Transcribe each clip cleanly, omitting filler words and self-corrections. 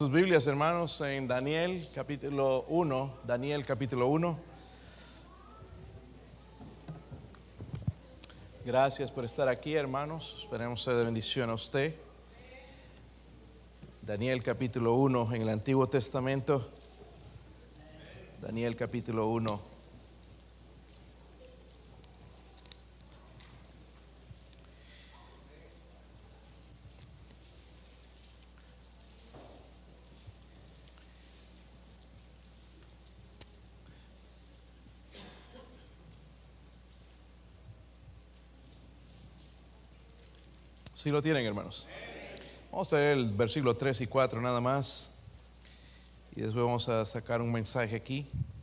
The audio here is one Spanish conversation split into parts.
sus Biblias, hermanos, en Daniel capítulo 1. Daniel capítulo 1. Gracias por estar aquí, hermanos. Esperemos ser de bendición a usted. Daniel capítulo 1 en el Antiguo Testamento. Daniel capítulo 1. ¿Sí lo tienen, hermanos? Vamos a leer el versículo 3 y 4 nada más. Y después vamos a sacar un mensaje aquí.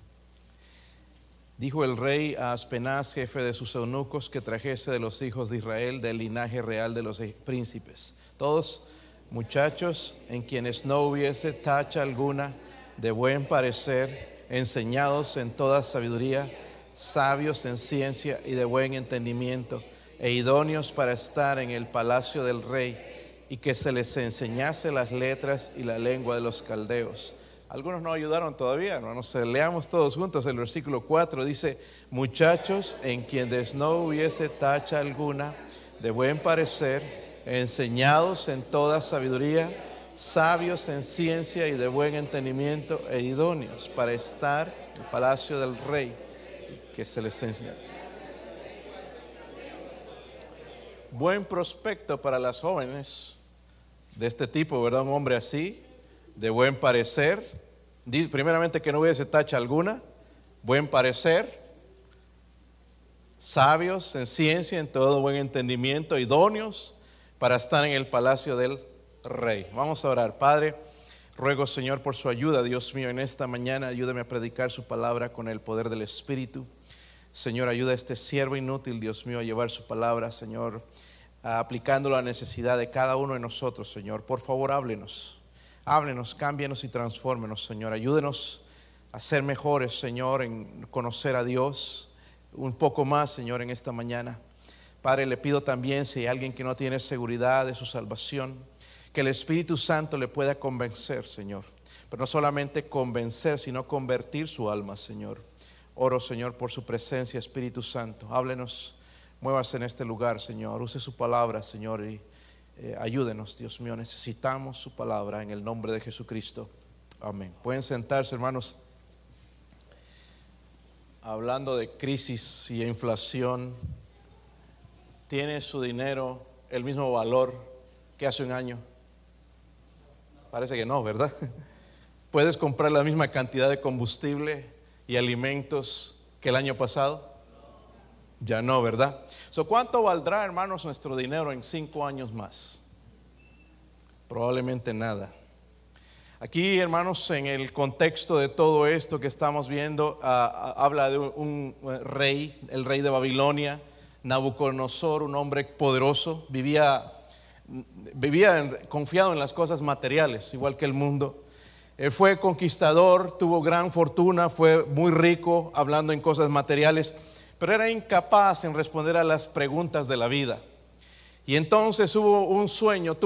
Dijo el rey a Aspenaz, jefe de sus eunucos, que trajese de los hijos de Israel del linaje real de los príncipes, todos muchachos en quienes no hubiese tacha alguna, de buen parecer, enseñados en toda sabiduría, sabios en ciencia y de buen entendimiento, e idóneos para estar en el palacio del rey, y que se les enseñase las letras y la lengua de los caldeos. Algunos no ayudaron todavía, hermanos. Leamos todos juntos el versículo 4. Dice: muchachos en quienes no hubiese tacha alguna, de buen parecer, enseñados en toda sabiduría, sabios en ciencia y de buen entendimiento, e idóneos para estar en el palacio del rey, que se les enseña. Buen prospecto para las jóvenes de este tipo, ¿verdad? Un hombre así, de buen parecer. Dice primeramente que no hubiese tacha alguna, buen parecer, sabios en ciencia, en todo buen entendimiento, idóneos para estar en el palacio del rey. Vamos a orar. Padre, ruego, Señor, por su ayuda, Dios mío, en esta mañana. Ayúdame a predicar su palabra con el poder del Espíritu. Señor, ayuda a este siervo inútil, Dios mío, a llevar su palabra, Señor, aplicándolo a la necesidad de cada uno de nosotros, Señor. Por favor, háblenos, cámbienos y transfórmenos, Señor. Ayúdenos a ser mejores, Señor, en conocer a Dios un poco más, Señor, en esta mañana. Padre, le pido también, si hay alguien que no tiene seguridad de su salvación, que el Espíritu Santo le pueda convencer, Señor. Pero no solamente convencer, sino convertir su alma, Señor. Oro, Señor, por su presencia, Espíritu Santo. Háblenos, muévase en este lugar, Señor. Use su palabra, Señor, y ayúdenos, Dios mío. Necesitamos su palabra en el nombre de Jesucristo. Amén. Pueden sentarse, hermanos. Hablando de crisis y inflación, ¿tiene su dinero el mismo valor que hace un año? Parece que no, ¿verdad? ¿Puedes comprar la misma cantidad de combustible y alimentos que el año pasado? Ya no, ¿verdad? ¿Cuánto valdrá, hermanos, nuestro dinero en 5 años más? Probablemente nada. Aquí, hermanos, en el contexto de todo esto que estamos viendo, habla de un rey, el rey de Babilonia, Nabucodonosor, un hombre poderoso. Vivía confiado en las cosas materiales, igual que el mundo. Él fue conquistador, tuvo gran fortuna, fue muy rico hablando en cosas materiales, pero era incapaz en responder a las preguntas de la vida. Y entonces tuvo un sueño,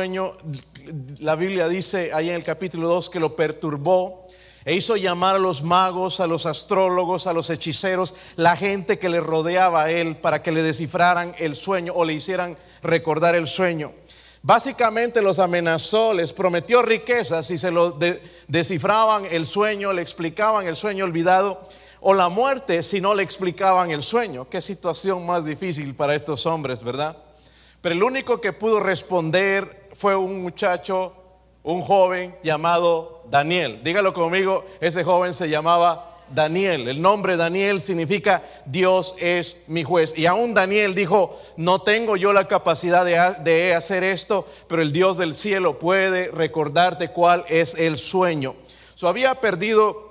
la Biblia dice ahí en el capítulo 2 que lo perturbó e hizo llamar a los magos, a los astrólogos, a los hechiceros, la gente que le rodeaba a él para que le descifraran el sueño o le hicieran recordar el sueño. Básicamente los amenazó, les prometió riquezas si se lo descifraban el sueño, le explicaban el sueño olvidado, o la muerte si no le explicaban el sueño. Qué situación más difícil para estos hombres, ¿verdad? Pero el único que pudo responder fue un muchacho, un joven llamado Daniel. Dígalo conmigo, ese joven se llamaba Daniel. El nombre Daniel significa Dios es mi juez. Y aún Daniel dijo: no tengo yo la capacidad de hacer esto, pero el Dios del cielo puede recordarte cuál es el sueño. Había perdido.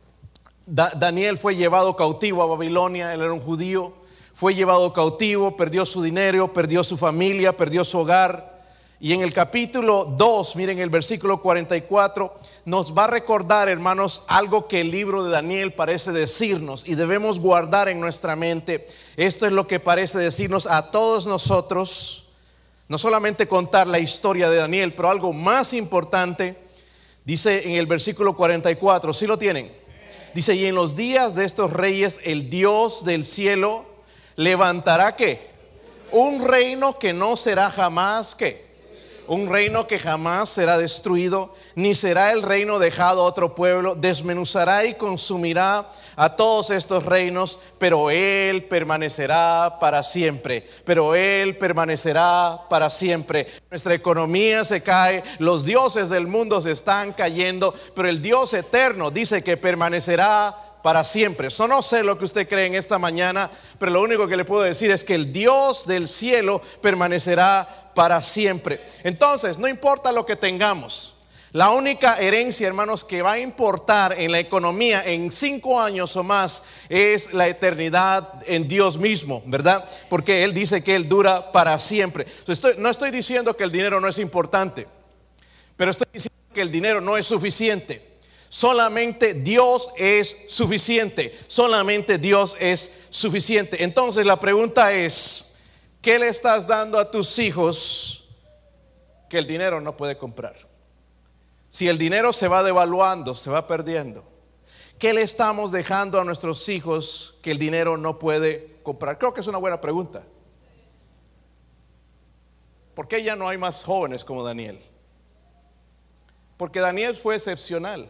Daniel fue llevado cautivo a Babilonia. Él era un judío. Fue llevado cautivo, perdió su dinero, perdió su familia, perdió su hogar. Y en el capítulo 2, miren el versículo 44, nos va a recordar, hermanos, algo que el libro de Daniel parece decirnos y debemos guardar en nuestra mente. Esto es lo que parece decirnos a todos nosotros. No solamente contar la historia de Daniel, pero algo más importante. Dice en el versículo 44, ¿sí lo tienen? Dice, y en los días de estos reyes el Dios del cielo levantará ¿qué? Un reino que no será jamás ¿qué? Un reino que jamás será destruido, ni será el reino dejado a otro pueblo. Desmenuzará y consumirá a todos estos reinos, pero Él permanecerá para siempre. Pero Él permanecerá para siempre. Nuestra economía se cae, los dioses del mundo se están cayendo, pero el Dios eterno dice que permanecerá para siempre. Yo no sé lo que usted cree en esta mañana, pero lo único que le puedo decir es que el Dios del cielo permanecerá para siempre. Entonces, no importa lo que tengamos, la única herencia, hermanos, que va a importar en la economía en 5 años o más es la eternidad en Dios mismo, ¿verdad? Porque Él dice que Él dura para siempre. No estoy diciendo que el dinero no es importante, pero estoy diciendo que el dinero no es suficiente. Solamente Dios es suficiente. Solamente Dios es suficiente. Entonces la pregunta es, ¿qué le estás dando a tus hijos que el dinero no puede comprar? Si el dinero se va devaluando, se va perdiendo, ¿qué le estamos dejando a nuestros hijos que el dinero no puede comprar? Creo que es una buena pregunta. ¿Por qué ya no hay más jóvenes como Daniel? Porque Daniel fue excepcional.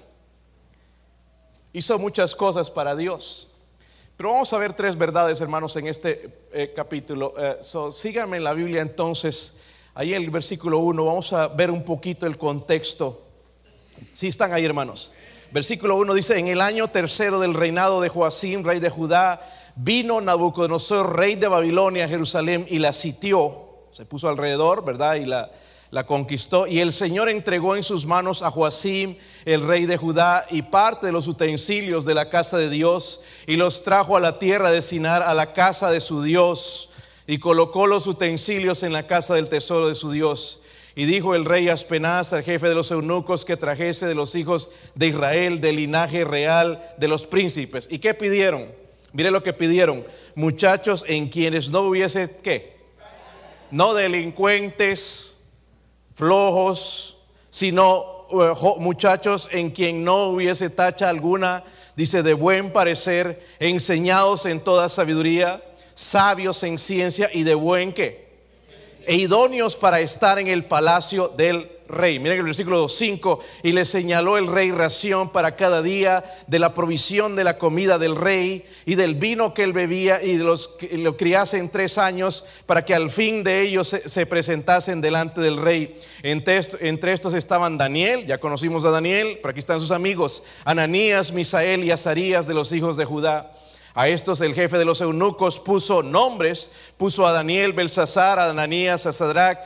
Hizo muchas cosas para Dios. Pero vamos a ver 3 verdades, hermanos, en este capítulo. Síganme en la Biblia entonces. Ahí en el versículo 1 vamos a ver un poquito el contexto. ¿Sí están ahí, hermanos? Versículo 1 dice, en el año 3 del reinado de Joacim, rey de Judá, vino Nabucodonosor, rey de Babilonia, a Jerusalén y la sitió. Se puso alrededor, ¿verdad? Y la conquistó. Y el Señor entregó en sus manos a Joacim, el rey de Judá, y parte de los utensilios de la casa de Dios, y los trajo a la tierra de Sinar, a la casa de su Dios, y colocó los utensilios en la casa del tesoro de su Dios. Y dijo el rey Aspenaz al jefe de los eunucos que trajese de los hijos de Israel, del linaje real de los príncipes. ¿Y qué pidieron? Mire lo que pidieron: muchachos en quienes no hubiese ¿qué? No delincuentes, flojos, sino muchachos en quien no hubiese tacha alguna, dice, de buen parecer, enseñados en toda sabiduría, sabios en ciencia y de buen ¿qué? E idóneos para estar en el palacio del rey. Miren el versículo 5, y le señaló el rey ración para cada día de la provisión de la comida del rey y del vino que él bebía, y de los que lo criasen 3 años, para que al fin de ellos se presentasen delante del rey. Entre estos estaban Daniel, ya conocimos a Daniel, pero aquí están sus amigos, Ananías, Misael y Azarías de los hijos de Judá. A estos el jefe de los eunucos puso nombres, puso a Daniel, Belsasar, a Ananías, a Sadrach,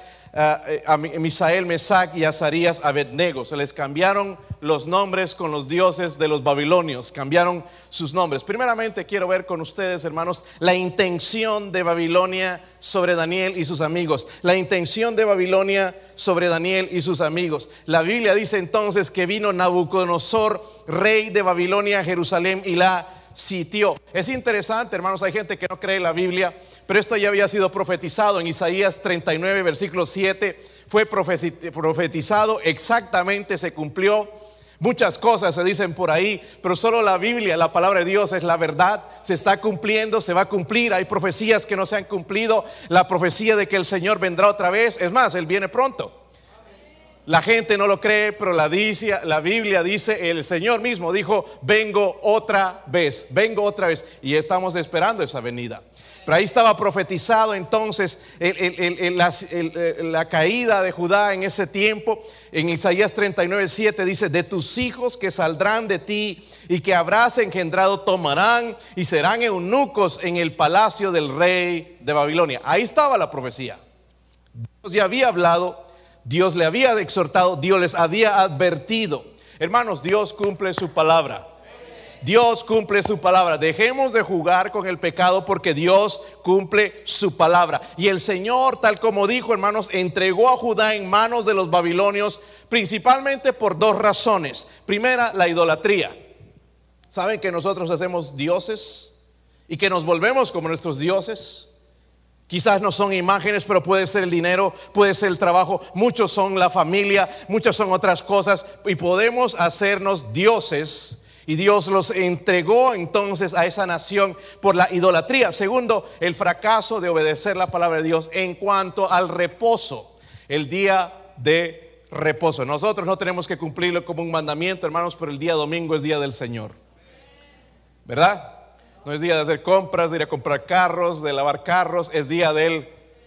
a Misael, Mesac y a Azarías, a Abednego. Se les cambiaron los nombres con los dioses de los babilonios, cambiaron sus nombres. Primeramente quiero ver con ustedes, hermanos, la intención de Babilonia sobre Daniel y sus amigos. La intención de Babilonia sobre Daniel y sus amigos. La Biblia dice entonces que vino Nabucodonosor, rey de Babilonia, a Jerusalén y la sitió. Es interesante, hermanos, hay gente que no cree en la Biblia, pero esto ya había sido profetizado en Isaías 39 versículo 7. Fue profetizado, exactamente se cumplió. Muchas cosas se dicen por ahí, pero solo la Biblia, la palabra de Dios, es la verdad. Se está cumpliendo, se va a cumplir. Hay profecías que no se han cumplido. La profecía de que el Señor vendrá otra vez, es más, Él viene pronto. La gente no lo cree, pero la Biblia dice, el Señor mismo dijo, vengo otra vez, y estamos esperando esa venida. Pero ahí estaba profetizado entonces la caída de Judá en ese tiempo. En Isaías 39:7 dice, de tus hijos que saldrán de ti y que habrás engendrado tomarán y serán eunucos en el palacio del rey de Babilonia. Ahí estaba la profecía. Dios ya había hablado, Dios le había exhortado, Dios les había advertido. Hermanos, Dios cumple su palabra. Dios cumple su palabra. Dejemos de jugar con el pecado, porque Dios cumple su palabra. Y el Señor, tal como dijo, hermanos, entregó a Judá en manos de los babilonios, principalmente por 2 razones. Primera, la idolatría. ¿Saben que nosotros hacemos dioses y que nos volvemos como nuestros dioses? Quizás no son imágenes, pero puede ser el dinero, puede ser el trabajo. Muchos son la familia, muchas son otras cosas. Y podemos hacernos dioses. Y Dios los entregó entonces a esa nación por la idolatría. Segundo, el fracaso de obedecer la palabra de Dios en cuanto al reposo. El día de reposo. Nosotros no tenemos que cumplirlo como un mandamiento, hermanos, pero el día domingo es día del Señor. ¿Verdad? No es día de hacer compras, de ir a comprar carros, de lavar carros. Es día del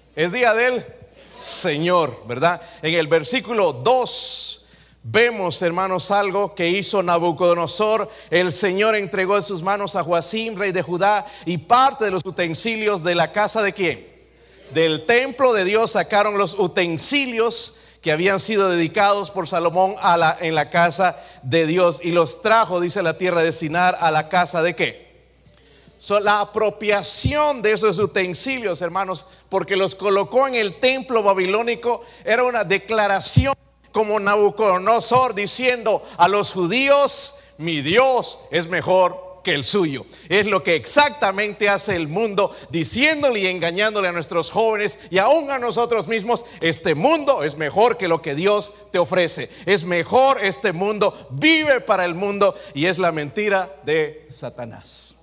Señor, ¿verdad? En el versículo 2 vemos, hermanos, algo que hizo Nabucodonosor. El Señor entregó en sus manos a Joacim, rey de Judá, y parte de los utensilios de la casa de ¿quién? Del templo de Dios. Sacaron los utensilios que habían sido dedicados por Salomón en la casa de Dios, y los trajo, dice, la tierra de Sinar, a la casa de ¿qué? La apropiación de esos utensilios, hermanos, porque los colocó en el templo babilónico, era una declaración como Nabucodonosor diciendo a los judíos: mi Dios es mejor que el suyo. Es lo que exactamente hace el mundo, diciéndole y engañándole a nuestros jóvenes y aún a nosotros mismos: este mundo es mejor que lo que Dios te ofrece. Es mejor este mundo, vive para el mundo, y es la mentira de Satanás.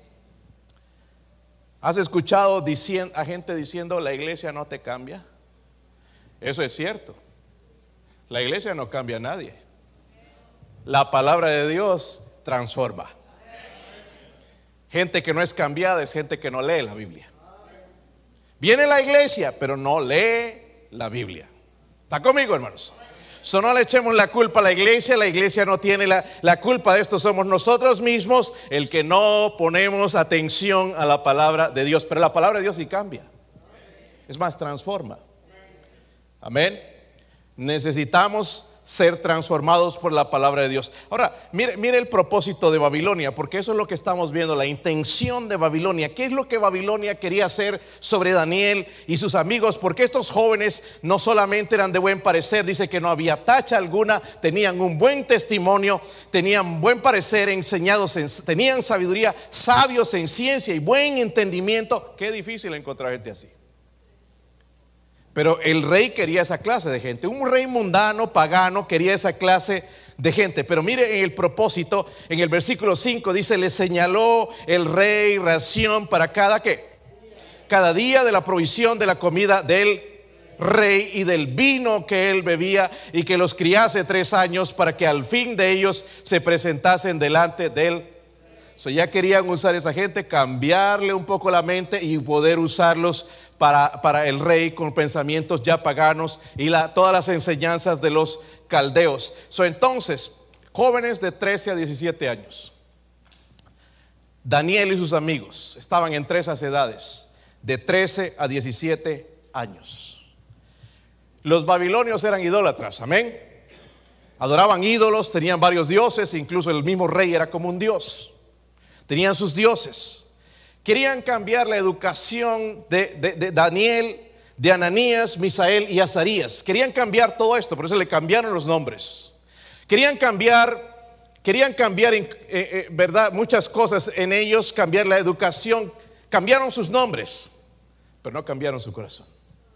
¿Has escuchado a gente diciendo: la iglesia no te cambia? Eso es cierto. La iglesia no cambia a nadie. La palabra de Dios transforma. Gente que no es cambiada es gente que no lee la Biblia. Viene a la iglesia, pero no lee la Biblia. ¿Está conmigo, hermanos? No le echemos la culpa a la iglesia no tiene la culpa de esto. Somos nosotros mismos el que no ponemos atención a la palabra de Dios. Pero la palabra de Dios sí cambia. Es más, transforma. Amén. Necesitamos ser transformados por la palabra de Dios. Ahora, mire el propósito de Babilonia, porque eso es lo que estamos viendo, la intención de Babilonia. ¿Qué es lo que Babilonia quería hacer sobre Daniel y sus amigos? Porque estos jóvenes no solamente eran de buen parecer, dice que no había tacha alguna, tenían un buen testimonio, tenían buen parecer, enseñados, tenían sabiduría, sabios en ciencia y buen entendimiento. Qué difícil encontrar gente así. Pero el rey quería esa clase de gente. Un rey mundano, pagano, quería esa clase de gente. Pero mire en el propósito, en el versículo 5 dice: le señaló el rey ración para cada ¿qué? Cada día de la provisión de la comida del rey y del vino que él bebía, y que los criase 3 años, para que al fin de ellos se presentasen delante del. Ya querían usar a esa gente, cambiarle un poco la mente y poder usarlos para el rey con pensamientos ya paganos y todas las enseñanzas de los caldeos. Entonces, jóvenes de 13 a 17 años, Daniel y sus amigos estaban entre esas edades, de 13 a 17 años. Los babilonios eran idólatras, amén. Adoraban ídolos, tenían varios dioses, incluso el mismo rey era como un dios. Tenían sus dioses. Querían cambiar la educación de Daniel, de Ananías, Misael y Azarías. Querían cambiar todo esto, por eso le cambiaron los nombres. Querían cambiar verdad, muchas cosas en ellos, cambiar la educación. Cambiaron sus nombres, pero no cambiaron su corazón.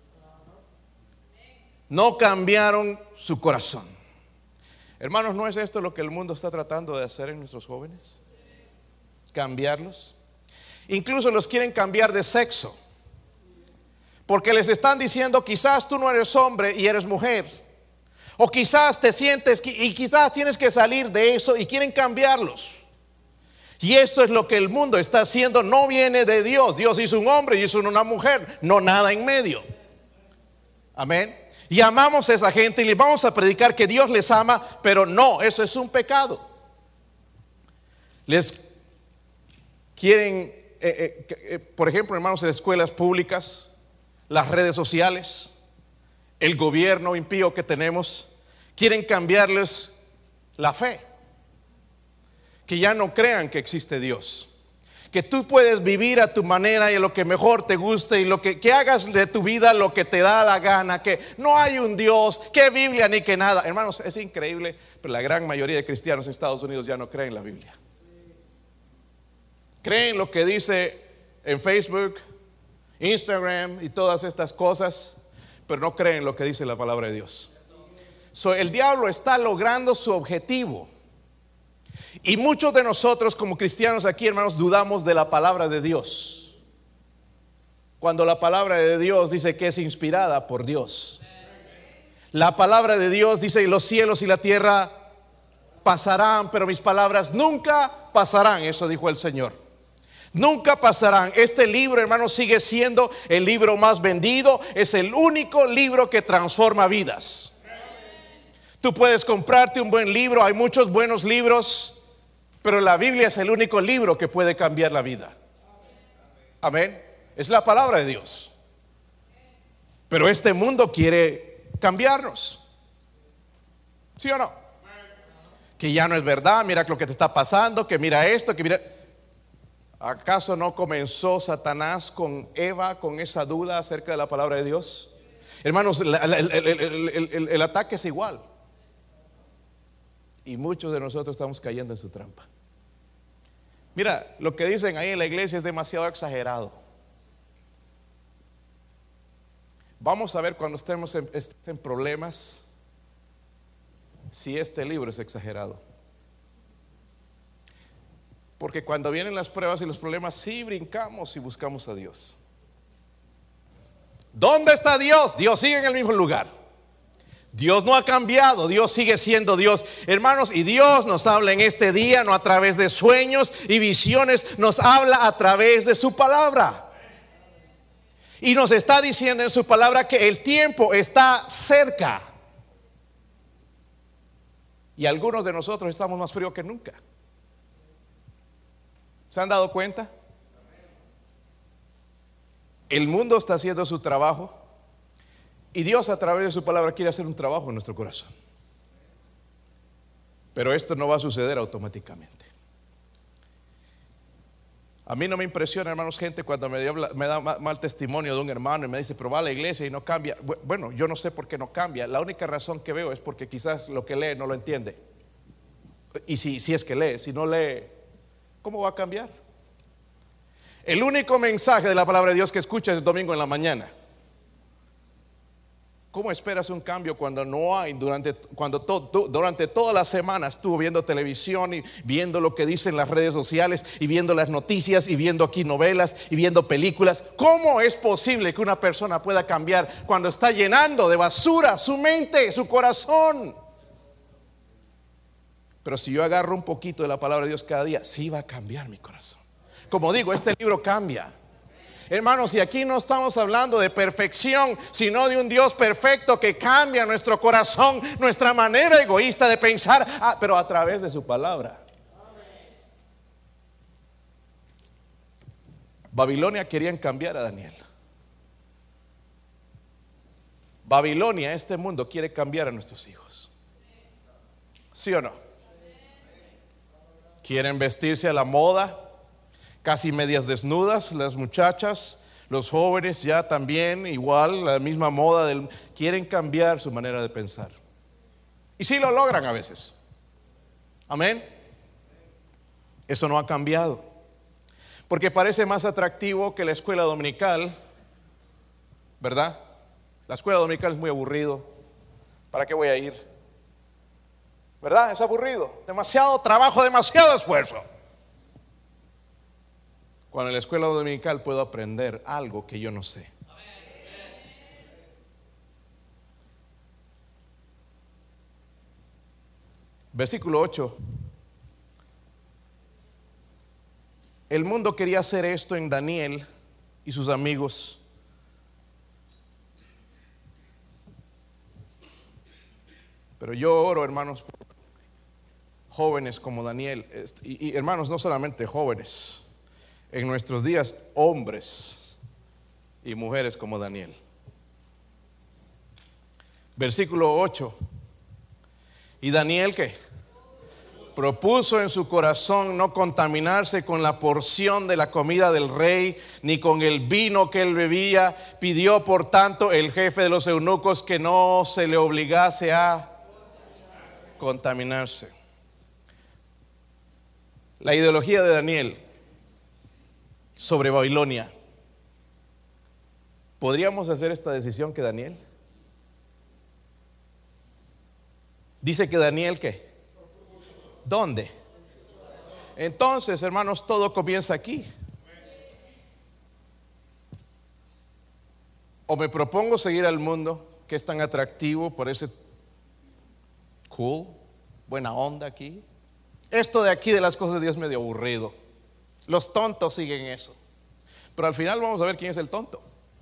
No cambiaron su corazón. Hermanos, ¿no es esto lo que el mundo está tratando de hacer en nuestros jóvenes? Cambiarlos. Incluso los quieren cambiar de sexo, porque les están diciendo: quizás tú no eres hombre y eres mujer, o quizás te sientes y quizás tienes que salir de eso, y quieren cambiarlos. Y esto es lo que el mundo está haciendo. No viene de Dios. Dios hizo un hombre y hizo una mujer, no nada en medio. Amén. Y amamos a esa gente y les vamos a predicar que Dios les ama, pero no, eso es un pecado. Les quieren por ejemplo, hermanos, en escuelas públicas, las redes sociales, el gobierno impío que tenemos, quieren cambiarles la fe, que ya no crean que existe Dios, que tú puedes vivir a tu manera y a lo que mejor te guste, y lo que hagas de tu vida lo que te da la gana, que no hay un Dios, que Biblia ni que nada. Hermanos, es increíble, pero la gran mayoría de cristianos en Estados Unidos ya no creen en la Biblia. Creen lo que dice en Facebook Instagram y todas estas cosas, pero no creen lo que dice la palabra de Dios. El diablo está logrando su objetivo. Y muchos de nosotros como cristianos aquí, hermanos, dudamos de la palabra de Dios. Cuando la palabra de Dios dice que es inspirada por Dios. La palabra de Dios dice: los cielos y la tierra pasarán, pero mis palabras nunca pasarán. Eso dijo el Señor. Nunca pasarán. Este libro, hermanos, sigue siendo el libro más vendido. Es el único libro que transforma vidas. Tú puedes comprarte un buen libro. Hay muchos buenos libros, pero la Biblia es el único libro que puede cambiar la vida. Amén. Es la palabra de Dios. Pero este mundo quiere cambiarnos. ¿Sí o no? Que ya no es verdad. Mira lo que te está pasando. Que mira esto, que mira. ¿Acaso no comenzó Satanás con Eva con esa duda acerca de la palabra de Dios? Hermanos, el ataque es igual. Y muchos de nosotros estamos cayendo en su trampa. Mira, lo que dicen ahí en la iglesia es demasiado exagerado. Vamos a ver cuando estemos en problemas si este libro es exagerado. Porque cuando vienen las pruebas y los problemas, sí brincamos y buscamos a Dios. ¿Dónde está Dios? Dios sigue en el mismo lugar. Dios no ha cambiado, Dios sigue siendo Dios. Hermanos, y Dios nos habla en este día, no a través de sueños y visiones, nos habla a través de su palabra. Y nos está diciendo en su palabra que el tiempo está cerca. Y algunos de nosotros estamos más fríos que nunca. ¿Se han dado cuenta? El mundo está haciendo su trabajo y Dios a través de su palabra quiere hacer un trabajo en nuestro corazón. Pero esto no va a suceder automáticamente. A mí no me impresiona, hermanos, gente cuando me da mal testimonio de un hermano y me dice: pero va a la iglesia y no cambia. Bueno, yo no sé por qué no cambia. La única razón que veo es porque quizás lo que lee no lo entiende. Y si es que lee, si no lee, ¿cómo va a cambiar? El único mensaje de la palabra de Dios que escuchas es el domingo en la mañana. ¿Cómo esperas un cambio cuando no hay? Durante toda la semana estuvo viendo televisión y viendo lo que dicen las redes sociales y viendo las noticias y viendo aquí novelas y viendo películas. ¿Cómo es posible que una persona pueda cambiar cuando está llenando de basura su mente, su corazón? Pero si yo agarro un poquito de la palabra de Dios cada día, sí va a cambiar mi corazón. Como digo, este libro cambia. Hermanos, y aquí no estamos hablando de perfección, sino de un Dios perfecto que cambia nuestro corazón, nuestra manera egoísta de pensar, pero a través de su palabra. Babilonia querían cambiar a Daniel. Babilonia, este mundo, quiere cambiar a nuestros hijos. ¿Sí o no? Quieren vestirse a la moda, casi medias desnudas, las muchachas, los jóvenes ya también, igual, la misma moda quieren cambiar su manera de pensar. Y sí lo logran a veces. Amén. Eso no ha cambiado. Porque parece más atractivo que la escuela dominical, ¿verdad? La escuela dominical es muy aburrido. ¿Para qué voy a ir? ¿Verdad? Es aburrido. Demasiado trabajo, demasiado esfuerzo. Cuando en la escuela dominical puedo aprender algo que yo no sé. Versículo 8. El mundo quería hacer esto en Daniel y sus amigos. Pero yo oro, hermanos, por jóvenes como Daniel. Y hermanos, no solamente jóvenes. En nuestros días, hombres y mujeres como Daniel. Versículo 8. Y Daniel, ¿qué? Propuso en su corazón no contaminarse con la porción de la comida del rey, ni con el vino que él bebía. Pidió por tanto el jefe de los eunucos que no se le obligase a contaminarse. La ideología de Daniel sobre Babilonia ¿Podríamos hacer esta decisión que Daniel? Dice que Daniel, ¿qué? ¿Dónde? Entonces, hermanos, todo comienza aquí. O me propongo seguir al mundo, que es tan atractivo, parece cool, buena onda aquí. Esto de aquí de las cosas de Dios es medio aburrido. Los tontos siguen eso. Pero al final vamos a ver quién es el tonto.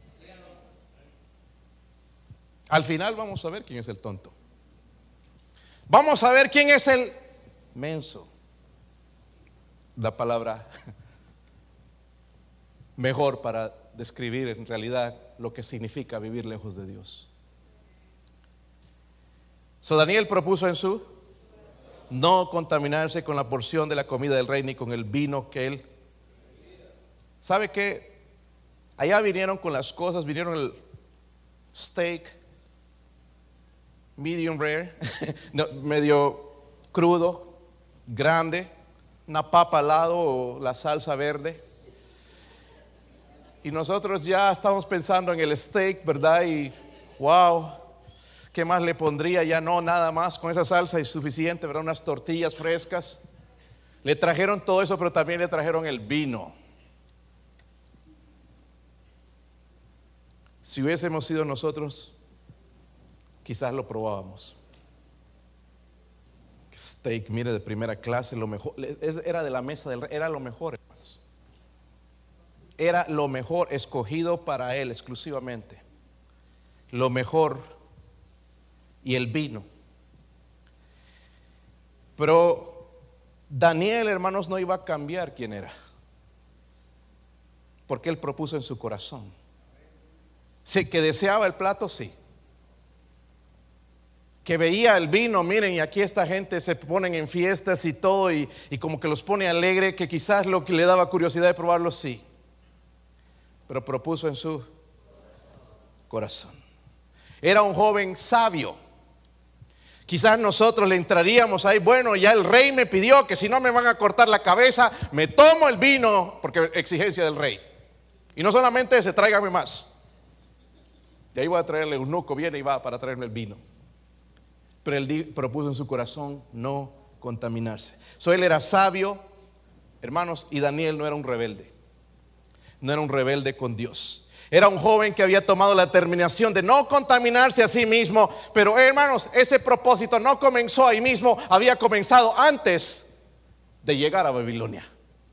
Al final vamos a ver quién es el tonto. Vamos a ver quién es el menso. La palabra mejor para describir en realidad lo que significa vivir lejos de Dios. Daniel propuso en su no contaminarse con la porción de la comida del rey ni con el vino que él. ¿Sabe qué? Allá vinieron con las cosas, vinieron el steak medium rare, no, medio crudo, grande, una papa al lado o la salsa verde. Y nosotros ya estamos pensando en el steak, ¿verdad? Y wow, ¿qué más le pondría? Ya no, nada más, con esa salsa es suficiente, ¿verdad? Unas tortillas frescas. Le trajeron todo eso, pero también le trajeron el vino. Si hubiésemos sido nosotros, quizás lo probábamos. Steak, mire, de primera clase, lo mejor. Era de la mesa del rey, era lo mejor, hermanos. Era lo mejor, escogido para él exclusivamente. Lo mejor. Y el vino. Pero Daniel, hermanos, no iba a cambiar quién era, porque él propuso en su corazón. Sí, que deseaba el plato, sí. Que veía el vino, miren, y aquí esta gente se ponen en fiestas y todo, y como que los pone alegre, que quizás lo que le daba curiosidad de probarlo, sí. Pero propuso en su corazón. Era un joven sabio. Quizás nosotros le entraríamos ahí, bueno, ya el rey me pidió que si no me van a cortar la cabeza, me tomo el vino, porque exigencia del rey. Y no solamente ese, tráigame más. De ahí voy a traerle, eunuco viene y va para traerme el vino. Pero él propuso en su corazón no contaminarse. Él era sabio, hermanos, y Daniel no era un rebelde. No era un rebelde con Dios. Era un joven que había tomado la determinación de no contaminarse a sí mismo. Pero hermanos, ese propósito no comenzó ahí mismo, había comenzado antes de llegar a Babilonia.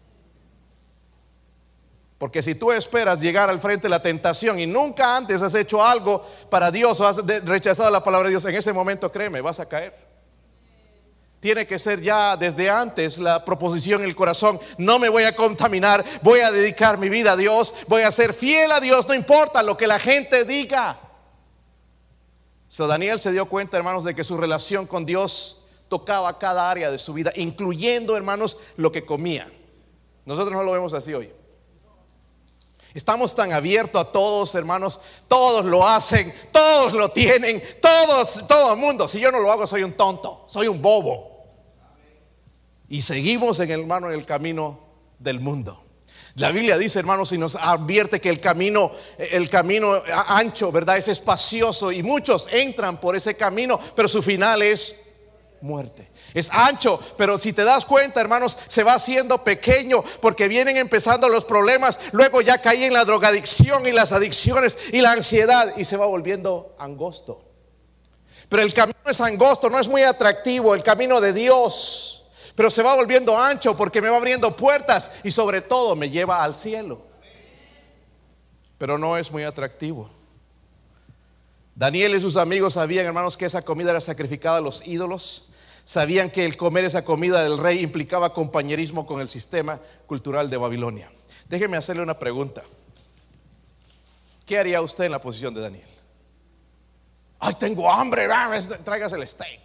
Porque si tú esperas llegar al frente de la tentación y nunca antes has hecho algo para Dios o has rechazado la palabra de Dios, en ese momento, créeme, vas a caer. Tiene que ser ya desde antes la proposición en el corazón: no me voy a contaminar, voy a dedicar mi vida a Dios, voy a ser fiel a Dios, no importa lo que la gente diga. Daniel se dio cuenta, hermanos, de que su relación con Dios tocaba cada área de su vida, incluyendo, hermanos, lo que comía. Nosotros no lo vemos así hoy. Estamos tan abiertos a todos, hermanos. Todos lo hacen, todos lo tienen, todo el mundo. Si yo no lo hago, soy un tonto, soy un bobo. Y seguimos en el camino del mundo. La Biblia dice, hermanos, y nos advierte que el camino ancho, ¿verdad? Es espacioso y muchos entran por ese camino, pero su final es muerte. Es ancho, pero si te das cuenta, hermanos, se va haciendo pequeño, porque vienen empezando los problemas. Luego ya caí en la drogadicción y las adicciones y la ansiedad, y se va volviendo angosto. Pero el camino es angosto, no es muy atractivo, el camino de Dios, pero se va volviendo ancho porque me va abriendo puertas y sobre todo me lleva al cielo. Pero no es muy atractivo. Daniel y sus amigos sabían, hermanos, que esa comida era sacrificada a los ídolos. Sabían que el comer esa comida del rey implicaba compañerismo con el sistema cultural de Babilonia. Déjeme hacerle una pregunta. ¿Qué haría usted en la posición de Daniel? Ay, tengo hambre, tráigase el steak.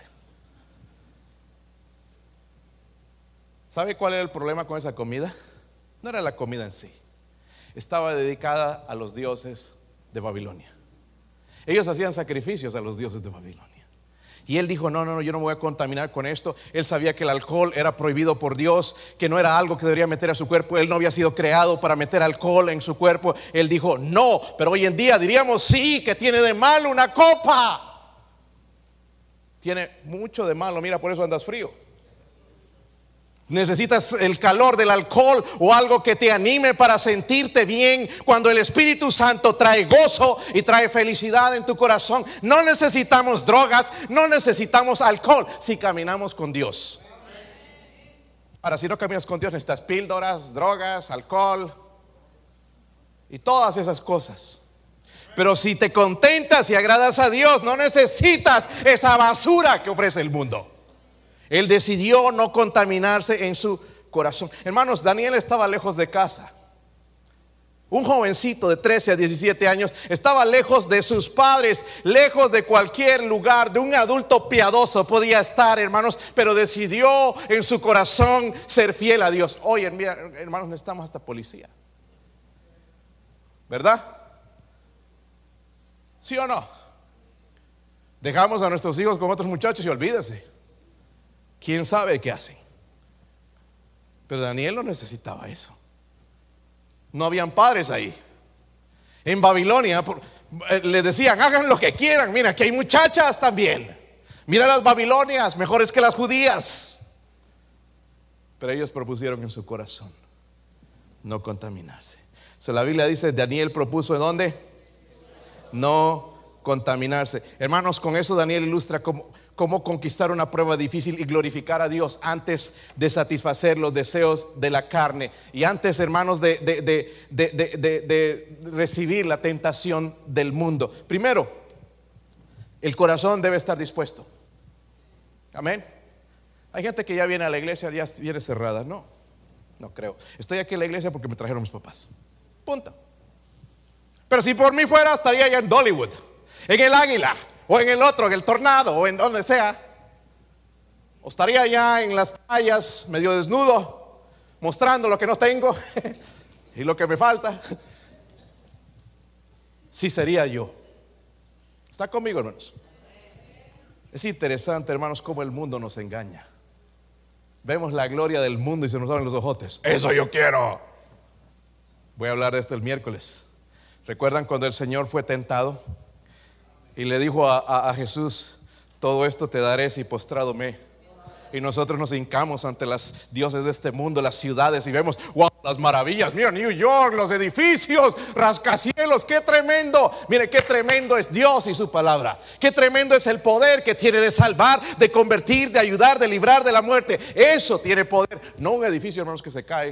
¿Sabe cuál era el problema con esa comida? No era la comida en sí. Estaba dedicada a los dioses de Babilonia. Ellos hacían sacrificios a los dioses de Babilonia. Y él dijo, no, no, no, yo no me voy a contaminar con esto. Él sabía que el alcohol era prohibido por Dios, que no era algo que debería meter a su cuerpo. Él no había sido creado para meter alcohol en su cuerpo. Él dijo, no, pero hoy en día diríamos, sí, que tiene de malo una copa. Tiene mucho de malo, mira, por eso andas frío. Necesitas el calor del alcohol o algo que te anime para sentirte bien, cuando el Espíritu Santo trae gozo y trae felicidad en tu corazón. No necesitamos drogas, no necesitamos alcohol si caminamos con Dios. Ahora, si no caminas con Dios, necesitas píldoras, drogas, alcohol y todas esas cosas. Pero si te contentas y agradas a Dios, no necesitas esa basura que ofrece el mundo. Él decidió no contaminarse en su corazón. Hermanos, Daniel estaba lejos de casa. Un jovencito de 13 a 17 años estaba lejos de sus padres, lejos de cualquier lugar, de un adulto piadoso podía estar, hermanos, pero decidió en su corazón ser fiel a Dios. Hoy, hermanos, necesitamos hasta policía, ¿verdad? ¿Sí o no? Dejamos a nuestros hijos con otros muchachos y olvídese. ¿Quién sabe qué hacen? Pero Daniel no necesitaba eso. No habían padres ahí. En Babilonia le decían, hagan lo que quieran. Mira, que hay muchachas también. Mira las babilonias, mejores que las judías. Pero ellos propusieron en su corazón no contaminarse. La Biblia dice, Daniel propuso ¿en dónde? No contaminarse. Hermanos, con eso Daniel ilustra cómo conquistar una prueba difícil y glorificar a Dios antes de satisfacer los deseos de la carne y antes, hermanos, de recibir la tentación del mundo. Primero, el corazón debe estar dispuesto. Amén. Hay gente que ya viene a la iglesia, ya viene cerrada. No creo. Estoy aquí en la iglesia porque me trajeron mis papás. Punto. Pero si por mí fuera, estaría ya en Dollywood, en el Águila, o en el otro, en el Tornado, o en donde sea. O estaría ya en las playas, medio desnudo, mostrando lo que no tengo y lo que me falta. Sí, sería yo. ¿Está conmigo, hermanos? Es interesante, hermanos, cómo el mundo nos engaña. Vemos la gloria del mundo y se nos abren los ojotes. Eso yo quiero. Voy a hablar de esto el miércoles. ¿Recuerdan cuando el Señor fue tentado y le dijo a Jesús, todo esto te daré si postrado me? Y nosotros nos hincamos ante las dioses de este mundo, las ciudades, y vemos, wow, las maravillas. Mira New York, los edificios, rascacielos, qué tremendo. Mire qué tremendo es Dios y su palabra. Qué tremendo es el poder que tiene de salvar, de convertir, de ayudar, de librar de la muerte. Eso tiene poder, no un edificio, hermanos, que se cae.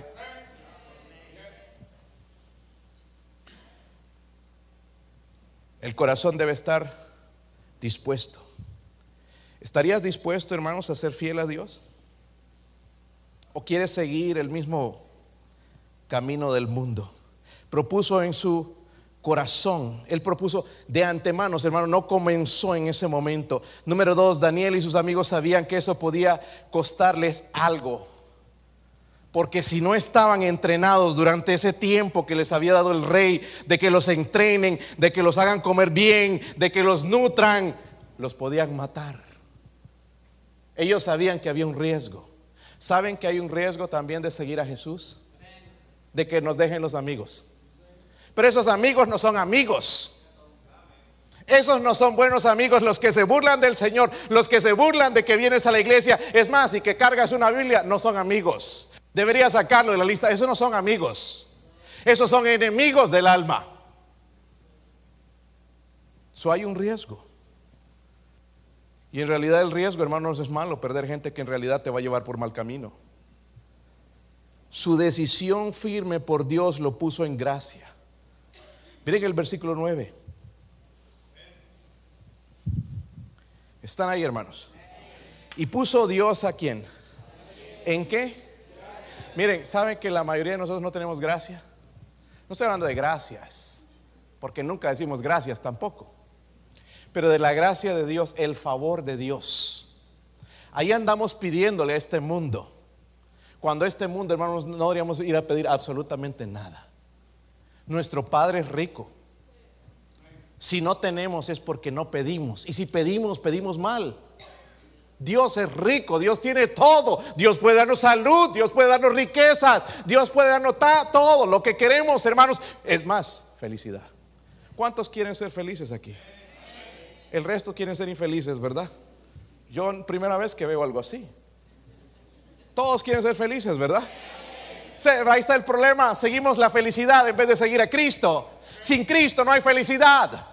El corazón debe estar dispuesto. ¿Estarías dispuesto, hermanos, a ser fiel a Dios? ¿O quieres seguir el mismo camino del mundo? Propuso en su corazón. Él propuso de antemano, hermanos, no comenzó en ese momento. Número 2, Daniel y sus amigos sabían que eso podía costarles algo. Porque si no estaban entrenados durante ese tiempo que les había dado el rey, de que los entrenen, de que los hagan comer bien, de que los nutran, los podían matar. Ellos sabían que había un riesgo. ¿Saben que hay un riesgo también de seguir a Jesús? De que nos dejen los amigos. Pero esos amigos no son amigos. Esos no son buenos amigos, los que se burlan del Señor, los que se burlan de que vienes a la iglesia. Es más, y que cargas una Biblia, no son amigos. Debería sacarlo de la lista. Esos no son amigos. Esos son enemigos del alma. Hay un riesgo. Y en realidad el riesgo, hermanos, es malo. Perder gente que en realidad te va a llevar por mal camino. Su decisión firme por Dios lo puso en gracia. Miren el versículo 9. Están ahí, hermanos. Y puso Dios ¿a quién? ¿En qué? Miren, ¿saben que la mayoría de nosotros no tenemos gracia? No estoy hablando de gracias, porque nunca decimos gracias tampoco. Pero de la gracia de Dios, el favor de Dios. Ahí andamos pidiéndole a este mundo. Cuando este mundo, hermanos, no deberíamos ir a pedir absolutamente nada. Nuestro Padre es rico. Si no tenemos es porque no pedimos. Y si pedimos, pedimos mal. Dios es rico, Dios tiene todo. Dios puede darnos salud, Dios puede darnos riquezas, Dios puede darnos todo lo que queremos, hermanos. Es más, felicidad. ¿Cuántos quieren ser felices aquí? El resto quieren ser infelices, ¿verdad? Yo primera vez que veo algo así. Todos quieren ser felices, ¿verdad? Ahí está el problema. Seguimos la felicidad en vez de seguir a Cristo. Sin Cristo no hay felicidad.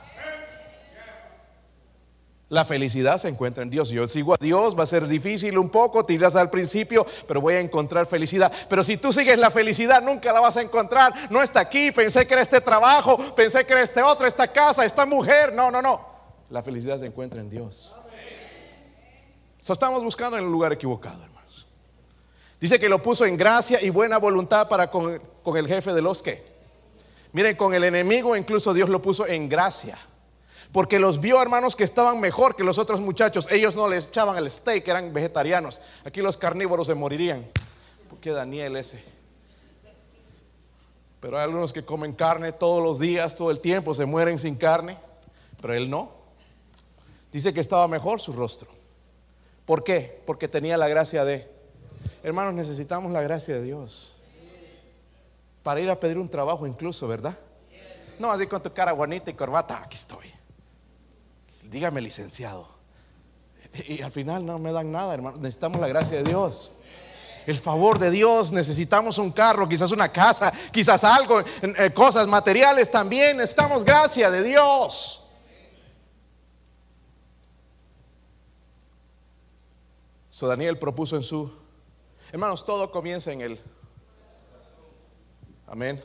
La felicidad se encuentra en Dios. Yo sigo a Dios, va a ser difícil un poco, te irás al principio, pero voy a encontrar felicidad. Pero si tú sigues la felicidad, nunca la vas a encontrar. No está aquí, pensé que era este trabajo, pensé que era este otro, esta casa, esta mujer. No. La felicidad se encuentra en Dios. Estamos buscando en el lugar equivocado, hermanos. Dice que lo puso en gracia y buena voluntad para con el jefe de los que. Miren, con el enemigo incluso Dios lo puso en gracia. Porque los vio, hermanos, que estaban mejor que los otros muchachos. Ellos no les echaban el steak, eran vegetarianos. Aquí los carnívoros se morirían. Porque Daniel ese. Pero hay algunos que comen carne todos los días, todo el tiempo, se mueren sin carne. Pero él no. Dice que estaba mejor su rostro. ¿Por qué? Porque tenía la gracia de. Hermanos, necesitamos la gracia de Dios para ir a pedir un trabajo incluso, ¿verdad? No así con tu cara bonita y corbata, aquí estoy. Dígame, licenciado. Y al final no me dan nada, hermano. Necesitamos la gracia de Dios, el favor de Dios. Necesitamos un carro, quizás una casa, quizás algo, cosas materiales también. Necesitamos gracia de Dios. Daniel propuso en su. Hermanos, todo comienza en él. Amén.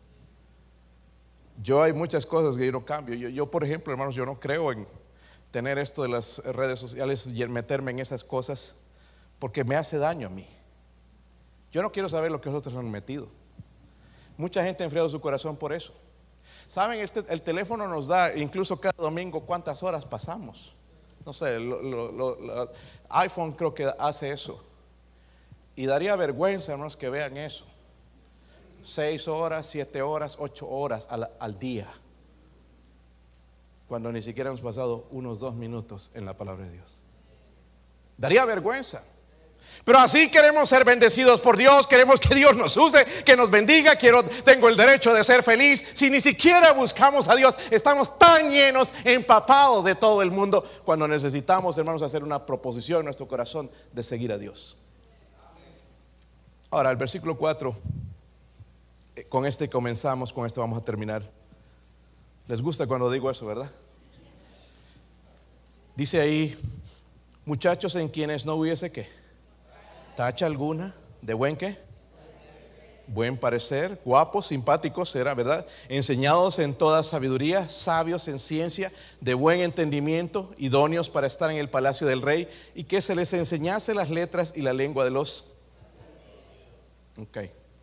Yo hay muchas cosas que yo no cambio. Yo por ejemplo, hermanos, yo no creo en tener esto de las redes sociales y en meterme en esas cosas, porque me hace daño a mí. Yo no quiero saber lo que los otros han metido. Mucha gente ha enfriado su corazón por eso. Saben, el teléfono nos da incluso cada domingo cuántas horas pasamos. No sé, iPhone creo que hace eso. Y daría vergüenza, hermanos, que vean eso. 6 horas, 7 horas, 8 horas al día, cuando ni siquiera hemos pasado unos 2 minutos en la palabra de Dios. Daría vergüenza. Pero así queremos ser bendecidos por Dios. Queremos que Dios nos use, que nos bendiga. Tengo el derecho de ser feliz. Si ni siquiera buscamos a Dios, estamos tan llenos, empapados de todo el mundo, cuando necesitamos, hermanos, hacer una proposición en nuestro corazón de seguir a Dios. Ahora el versículo 4, con este comenzamos, con esto vamos a terminar. Les gusta cuando digo eso, ¿verdad? Dice ahí: muchachos en quienes no hubiese ¿qué? Tacha alguna, de buen ¿qué? Buen parecer, guapos, simpáticos, será, ¿verdad? Enseñados en toda sabiduría, sabios en ciencia, de buen entendimiento, idóneos para estar en el palacio del rey, y que se les enseñase las letras y la lengua de los. Ok.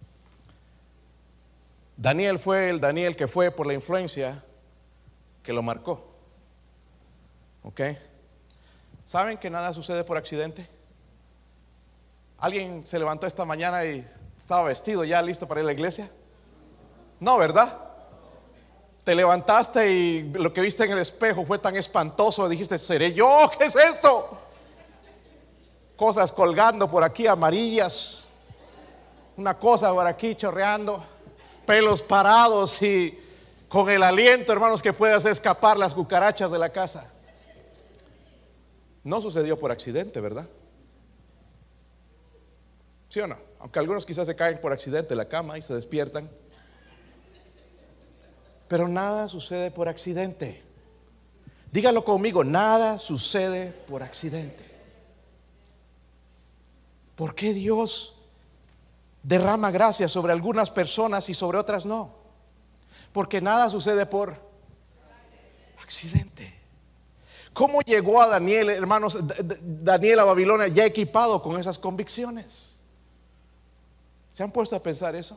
Daniel fue el Daniel que fue por la influencia que lo marcó. Ok. ¿Saben que nada sucede por accidente? ¿Alguien se levantó esta mañana y estaba vestido ya listo para ir a la iglesia? No, ¿verdad? Te levantaste y lo que viste en el espejo fue tan espantoso, dijiste: ¿seré yo? ¿Qué es esto? Cosas colgando por aquí amarillas, una cosa por aquí chorreando, pelos parados y con el aliento, hermanos, que puede hacer escapar las cucarachas de la casa. No sucedió por accidente, ¿verdad? ¿Sí o no? Aunque algunos quizás se caen por accidente de la cama y se despiertan. Pero nada sucede por accidente. Dígalo conmigo: nada sucede por accidente. ¿Por qué Dios derrama gracia sobre algunas personas y sobre otras no? Porque nada sucede por accidente. ¿Cómo llegó a Daniel, hermanos, Daniel a Babilonia ya equipado con esas convicciones? ¿Se han puesto a pensar eso?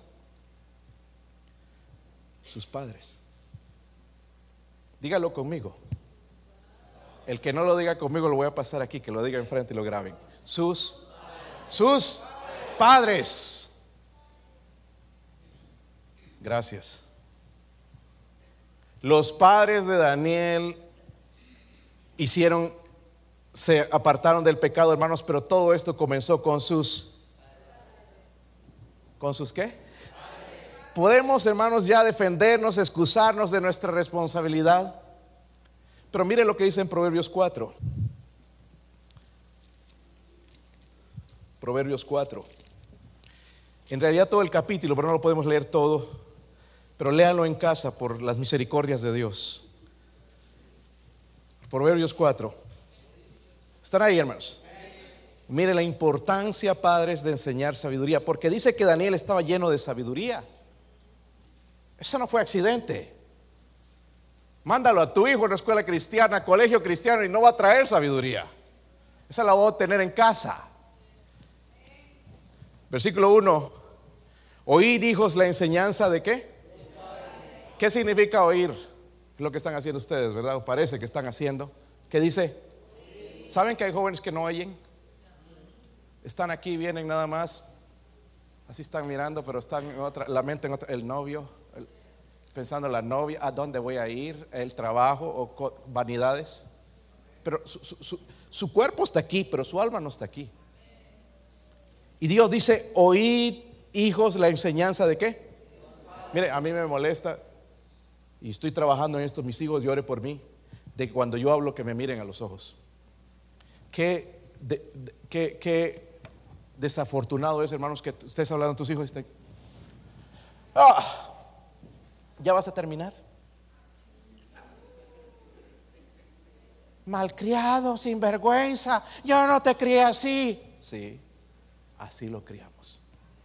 Sus padres. Dígalo conmigo. El que no lo diga conmigo lo voy a pasar aquí, que lo diga enfrente y lo graben. Sus padres. Gracias. Los padres de Daniel hicieron se apartaron del pecado, hermanos, pero todo esto comenzó con sus ¿qué? Podemos, hermanos, ya defendernos, excusarnos de nuestra responsabilidad. Pero mire lo que dice en Proverbios 4. Proverbios 4. En realidad todo el capítulo, pero no lo podemos leer todo. Pero léanlo en casa por las misericordias de Dios. Proverbios 4. ¿Están ahí, hermanos? Mire la importancia, padres, de enseñar sabiduría, porque dice que Daniel estaba lleno de sabiduría. Eso no fue accidente. Mándalo a tu hijo a una escuela cristiana, colegio cristiano, y no va a traer sabiduría. Esa la va a tener en casa. Versículo 1. Oíd, hijos, la enseñanza de ¿qué? ¿Qué significa oír? Lo que están haciendo ustedes, ¿verdad? O parece que están haciendo. ¿Qué dice? ¿Saben que hay jóvenes que no oyen? Están aquí, vienen nada más, así están mirando, pero están en otra, la mente en otra, el novio, pensando en la novia, a dónde voy a ir, el trabajo o vanidades. Pero su cuerpo está aquí, pero su alma no está aquí. Y Dios dice: oíd, hijos, la enseñanza de ¿qué? Mire, a mí me molesta, y estoy trabajando en esto, mis hijos, y ore por mí, de que cuando yo hablo que me miren a los ojos. Qué desafortunado es, hermanos, que estés hablando a tus hijos y estén, ¿ya vas a terminar? Malcriado, sinvergüenza, yo no te crié así. Sí, así lo criamos.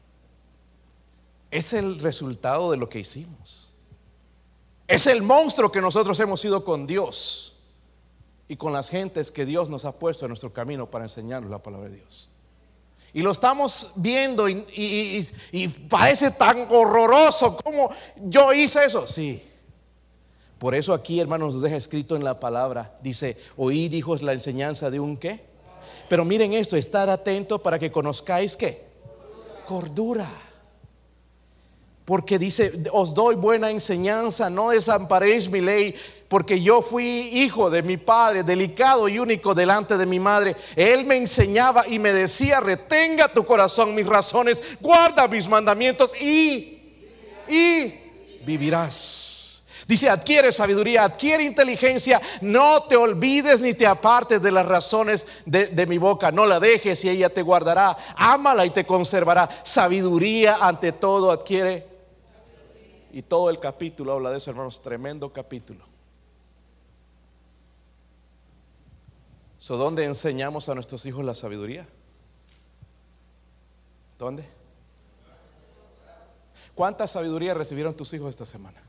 Es el resultado de lo que hicimos. Es el monstruo que nosotros hemos sido con Dios y con las gentes que Dios nos ha puesto en nuestro camino para enseñarnos la palabra de Dios. Y lo estamos viendo y parece tan horroroso como yo hice eso. Sí. Por eso aquí, hermanos, nos deja escrito en la palabra. Dice: oíd, hijos, la enseñanza de un ¿qué? Pero miren esto: estar atento para que conozcáis ¿qué? Cordura. Porque dice: os doy buena enseñanza, no desamparéis mi ley, porque yo fui hijo de mi padre, delicado y único delante de mi madre. Él me enseñaba y me decía: retenga tu corazón mis razones, guarda mis mandamientos y vivirás. Dice: adquiere sabiduría, adquiere inteligencia, no te olvides ni te apartes de las razones de mi boca. No la dejes y ella te guardará. Ámala y te conservará. Sabiduría ante todo adquiere. Y todo el capítulo habla de eso, hermanos. Tremendo capítulo. ¿Dónde enseñamos a nuestros hijos la sabiduría? ¿Dónde? ¿Cuánta sabiduría recibieron tus hijos esta semana?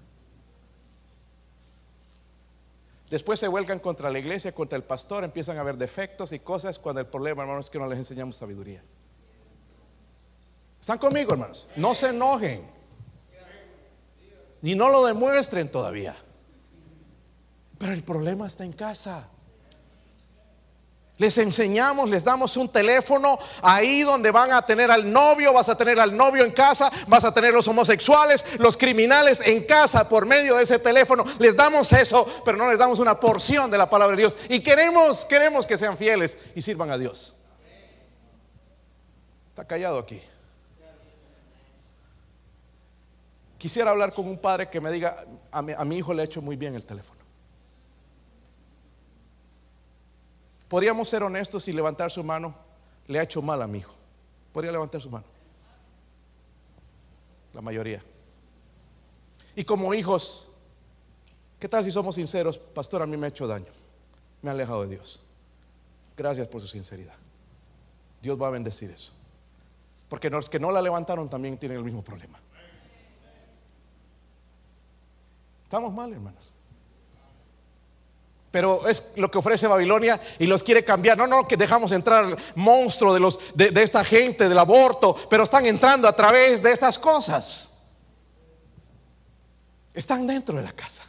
Después se vuelcan contra la iglesia, contra el pastor, empiezan a ver defectos y cosas, cuando el problema, hermanos, es que no les enseñamos sabiduría. ¿Están conmigo, hermanos? No se enojen, ni no lo demuestren todavía. Pero el problema está en casa. Les enseñamos, les damos un teléfono ahí donde van a tener al novio, vas a tener al novio en casa, vas a tener los homosexuales, los criminales en casa por medio de ese teléfono. Les damos eso, pero no les damos una porción de la palabra de Dios. Y queremos que sean fieles y sirvan a Dios. Está callado aquí. Quisiera hablar con un padre que me diga: a mi hijo le ha hecho muy bien el teléfono. Podríamos ser honestos y levantar su mano. Le ha hecho mal a mi hijo. Podría levantar su mano. La mayoría. Y como hijos, ¿qué tal si somos sinceros? Pastor, a mí me ha hecho daño, me ha alejado de Dios. Gracias por su sinceridad. Dios va a bendecir eso. Porque los que no la levantaron también tienen el mismo problema. Estamos mal, hermanos. Pero es lo que ofrece Babilonia y los quiere cambiar. No, que dejamos entrar al monstruo de esta gente del aborto, pero están entrando a través de estas cosas. Están dentro de la casa.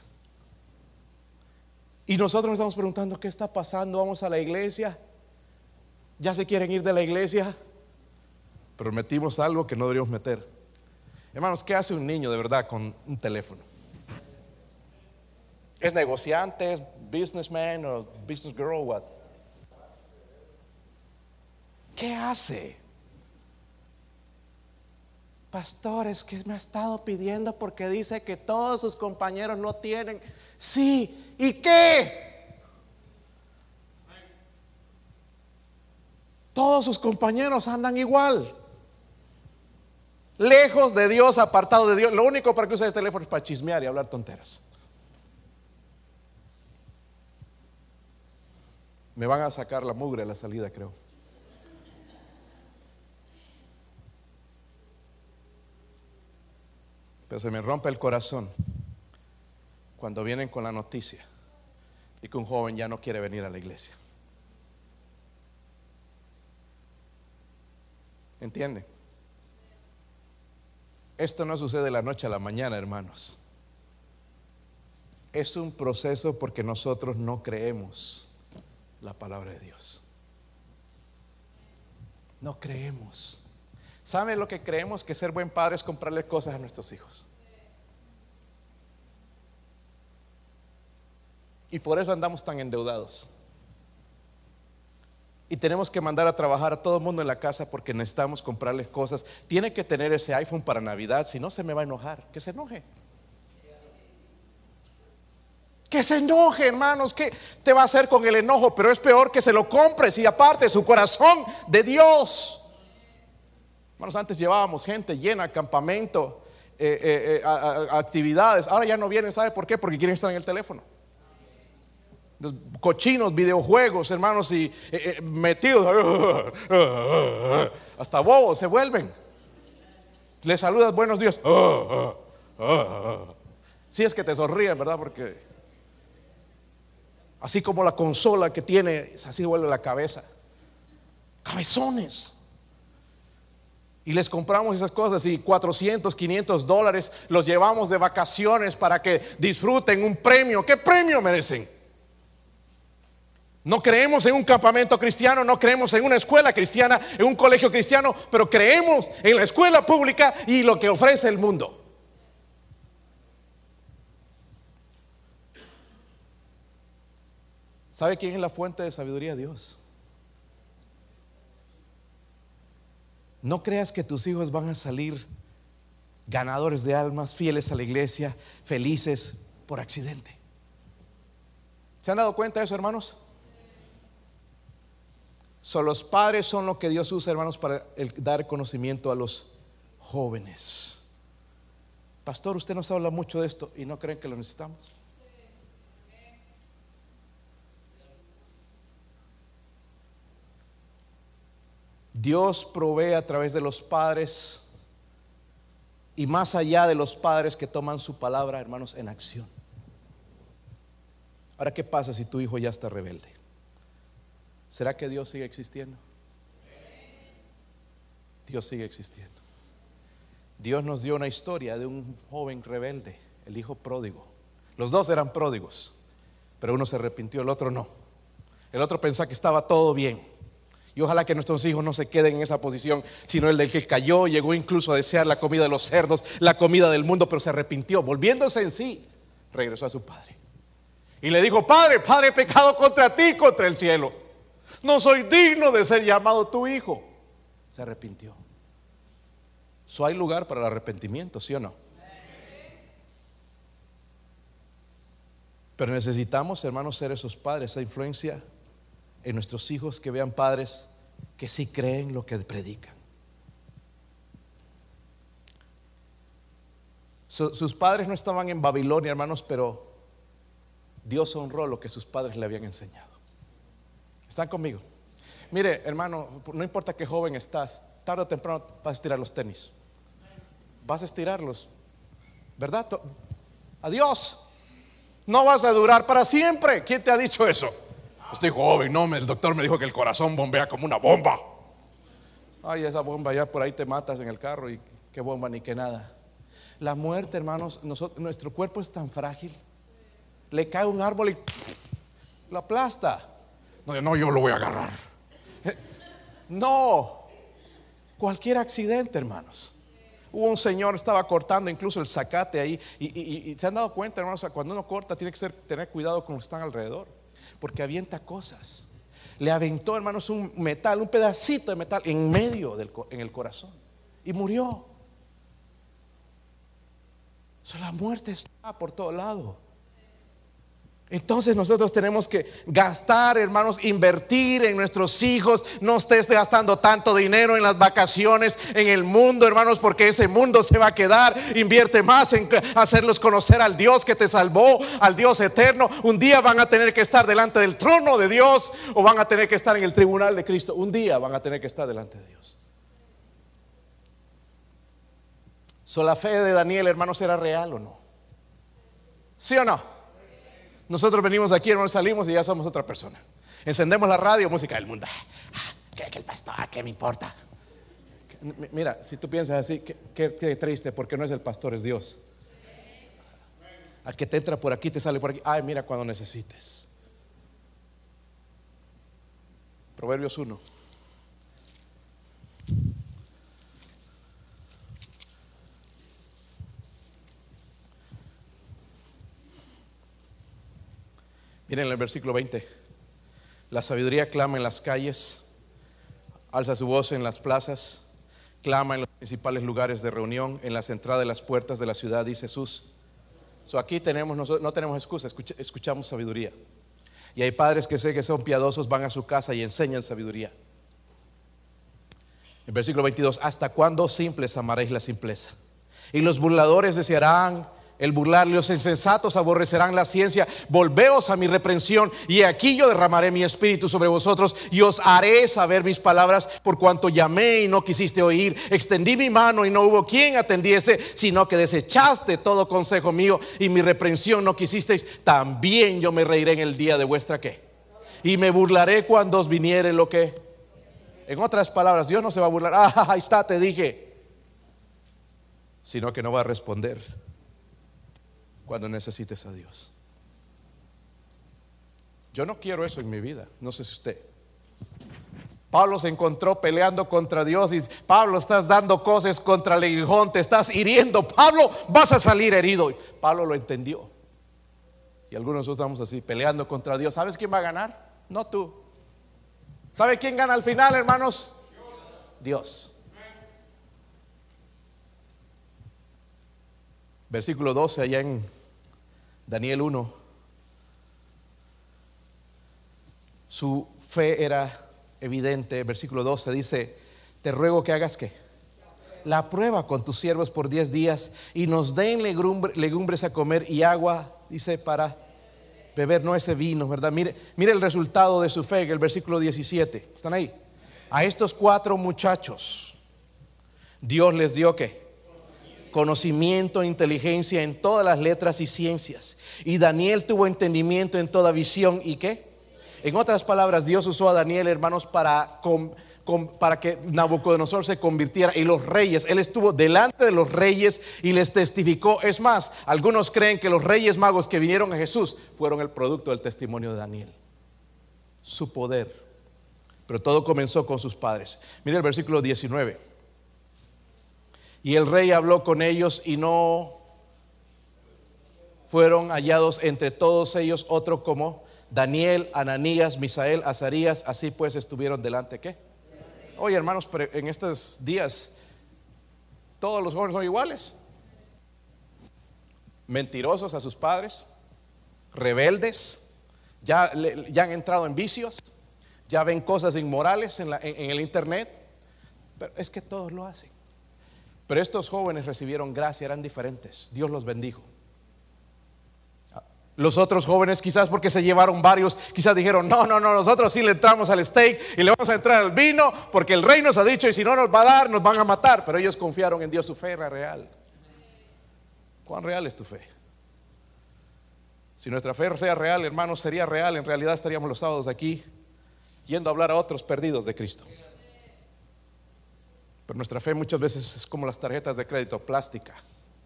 Y nosotros nos estamos preguntando: ¿qué está pasando? Vamos a la iglesia, ya se quieren ir de la iglesia, pero metimos algo que no deberíamos meter. Hermanos, ¿qué hace un niño de verdad con un teléfono? ¿Es negociante, es businessman o business girl o what? ¿Qué hace? Pastor, es que me ha estado pidiendo porque dice que todos sus compañeros no tienen. Sí, ¿y qué? Todos sus compañeros andan igual, lejos de Dios, apartado de Dios. Lo único para que usa este teléfono es para chismear y hablar tonteras. Me van a sacar la mugre a la salida, creo. Pero se me rompe el corazón cuando vienen con la noticia y que un joven ya no quiere venir a la iglesia. ¿Entienden? Esto no sucede de la noche a la mañana, hermanos. Es un proceso porque nosotros no creemos la palabra de Dios. No creemos. ¿Saben lo que creemos? Que ser buen padre es comprarle cosas a nuestros hijos. Y por eso andamos tan endeudados. Y tenemos que mandar a trabajar a todo el mundo en la casa porque necesitamos comprarles cosas. Tiene que tener ese iPhone para Navidad, si no se me va a enojar. Que se enoje. Que se enoje, hermanos. ¿Qué te va a hacer con el enojo? Pero es peor que se lo compres y aparte su corazón de Dios. Hermanos, antes llevábamos gente llena, campamento, actividades. Ahora ya no vienen, ¿sabe por qué? Porque quieren estar en el teléfono. Los cochinos, videojuegos, hermanos, y metidos hasta bobos se vuelven. Le saludas, buenos días. Si es que te sonríen, ¿verdad? Porque así como la consola que tiene, así vuelve la cabeza. Cabezones. Y les compramos esas cosas y $400, $500 los llevamos de vacaciones para que disfruten un premio. ¿Qué premio merecen? No creemos en un campamento cristiano, no creemos en una escuela cristiana, en un colegio cristiano, pero creemos en la escuela pública y lo que ofrece el mundo. ¿Sabe quién es la fuente de sabiduría? Dios. No creas que tus hijos van a salir ganadores de almas, fieles a la iglesia, felices por accidente. ¿Se han dado cuenta de eso, hermanos? Los padres son lo que Dios usa, hermanos, para dar conocimiento a los jóvenes. Pastor, usted nos habla mucho de esto y no creen que lo necesitamos. Dios provee a través de los padres y más allá de los padres que toman su palabra, hermanos, en acción. Ahora, ¿qué pasa si tu hijo ya está rebelde? ¿Será que Dios sigue existiendo? Dios sigue existiendo. Dios nos dio una historia de un joven rebelde, el hijo pródigo. Los dos eran pródigos, pero uno se arrepintió, el otro no. El otro pensaba que estaba todo bien. Y ojalá que nuestros hijos no se queden en esa posición, sino el del que cayó, llegó incluso a desear la comida de los cerdos, la comida del mundo, pero se arrepintió, volviéndose en sí, regresó a su padre y le dijo: Padre, he pecado contra ti, contra el cielo, no soy digno de ser llamado tu hijo. Se arrepintió. Hay lugar para el arrepentimiento, ¿sí o no? Pero necesitamos, hermanos, ser esos padres, esa influencia en nuestros hijos, que vean padres que sí creen lo que predican. Sus padres no estaban en Babilonia, hermanos, pero Dios honró lo que sus padres le habían enseñado. ¿Están conmigo? Mire, hermano, no importa qué joven estás, tarde o temprano vas a estirar los tenis. Vas a estirarlos, ¿verdad? Adiós. No vas a durar para siempre. ¿Quién te ha dicho eso? Estoy joven, no, el doctor me dijo que el corazón bombea como una bomba. Ay, esa bomba ya por ahí te matas en el carro, y qué bomba ni qué nada. La muerte, hermanos, nuestro cuerpo es tan frágil. Le cae un árbol y lo aplasta. No, yo lo voy a agarrar. No, cualquier accidente, hermanos. Hubo un señor, estaba cortando incluso el zacate ahí, y se han dado cuenta, hermanos, cuando uno corta tiene que tener cuidado con los que están alrededor, porque avienta cosas. le aventó, hermanos, un metal, un pedacito de metal en medio en el corazón, y murió. La muerte está por todo lado. Entonces nosotros tenemos que gastar, hermanos, invertir en nuestros hijos. No estés gastando tanto dinero en las vacaciones, en el mundo, hermanos, porque ese mundo se va a quedar. Invierte más en hacerlos conocer al Dios que te salvó, al Dios eterno. Un día van a tener que estar delante del trono de Dios, o van a tener que estar en el tribunal de Cristo. Un día van a tener que estar delante de Dios. La fe de Daniel, hermanos, ¿era real o no? ¿Sí o no? Nosotros venimos aquí, hermanos, salimos y ya somos otra persona. Encendemos la radio, música del mundo. Que el pastor, ¿qué me importa? Mira, si tú piensas así, qué triste, porque no es el pastor, es Dios. Al que te entra por aquí, te sale por aquí. Ay, mira cuando necesites. Proverbios 1. Miren el versículo 20. La sabiduría clama en las calles, alza su voz en las plazas, clama en los principales lugares de reunión, en las entradas de las puertas de la ciudad, dice Jesús. Aquí no tenemos excusa, escuchamos sabiduría. Y hay padres que sé que son piadosos, van a su casa y enseñan sabiduría. El versículo 22. ¿Hasta cuándo simples amaréis la simpleza? Y los burladores desearán el burlar, los insensatos aborrecerán la ciencia. Volveos a mi reprensión, y aquí yo derramaré mi espíritu sobre vosotros, y os haré saber mis palabras. Por cuanto llamé y no quisiste oír, extendí mi mano y no hubo quien atendiese, sino que desechaste todo consejo mío, y mi reprensión no quisisteis. También yo me reiré en el día de vuestra ¿qué? Y me burlaré cuando os viniere lo que. En otras palabras, Dios no se va a burlar. Ahí está, te dije. Sino que no va a responder cuando necesites a Dios. Yo no quiero eso en mi vida. No sé si usted. Pablo se encontró peleando contra Dios y Pablo, estás dando cosas contra el aguijón, te estás hiriendo. Pablo, vas a salir herido. Pablo lo entendió. Y algunos de nosotros estamos así, peleando contra Dios. ¿Sabes quién va a ganar? No tú. ¿Sabe quién gana al final, hermanos? Dios. Versículo 12 allá en Daniel 1. Su fe era evidente. Versículo 12 dice: te ruego que hagas ¿qué? La prueba con tus siervos por 10 días, y nos den legumbres a comer y agua, dice, para beber, no ese vino, ¿verdad? Mire el resultado de su fe en el versículo 17. ¿Están ahí? A estos 4 muchachos Dios les dio ¿qué? Conocimiento e inteligencia en todas las letras y ciencias. Y Daniel tuvo entendimiento en toda visión. ¿Y qué? En otras palabras, Dios usó a Daniel, hermanos, para que Nabucodonosor se convirtiera en los reyes. Él estuvo delante de los reyes y les testificó. Es más, algunos creen que los reyes magos que vinieron a Jesús fueron el producto del testimonio de Daniel, su poder. Pero todo comenzó con sus padres. Mire el versículo 19. Y el rey habló con ellos, y no fueron hallados entre todos ellos otro como Daniel, Ananías, Misael, Azarías. Así pues estuvieron delante ¿qué? Oye, hermanos, pero en estos días todos los jóvenes son iguales. Mentirosos a sus padres, rebeldes, ya han entrado en vicios, ya ven cosas inmorales en el internet. Pero es que todos lo hacen. Pero estos jóvenes recibieron gracia, eran diferentes. Dios los bendijo. Los otros jóvenes, quizás porque se llevaron varios, quizás dijeron: no, nosotros sí le entramos al steak y le vamos a entrar al vino, porque el rey nos ha dicho, y si no nos va a dar, nos van a matar. Pero ellos confiaron en Dios. Su fe era real. ¿Cuán real es tu fe? Si nuestra fe sea real, hermanos, sería real. En realidad estaríamos los sábados aquí yendo a hablar a otros perdidos de Cristo. Pero nuestra fe muchas veces es como las tarjetas de crédito, plástica.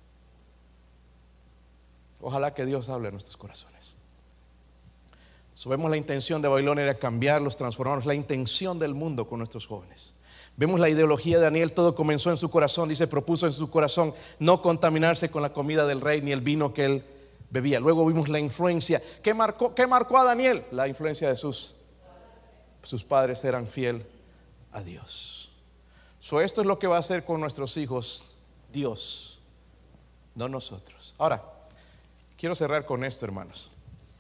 Ojalá que Dios hable a nuestros corazones. Vemos la intención de Babilonia era cambiarlos, transformarlos. La intención del mundo con nuestros jóvenes. Vemos la ideología de Daniel. Todo comenzó en su corazón. Dice, propuso en su corazón no contaminarse con la comida del rey ni el vino que él bebía. Luego vimos la influencia. ¿Qué marcó a Daniel? La influencia de sus sus padres eran fieles a Dios. Esto es lo que va a hacer con nuestros hijos Dios, no nosotros. Ahora, quiero cerrar con esto, hermanos.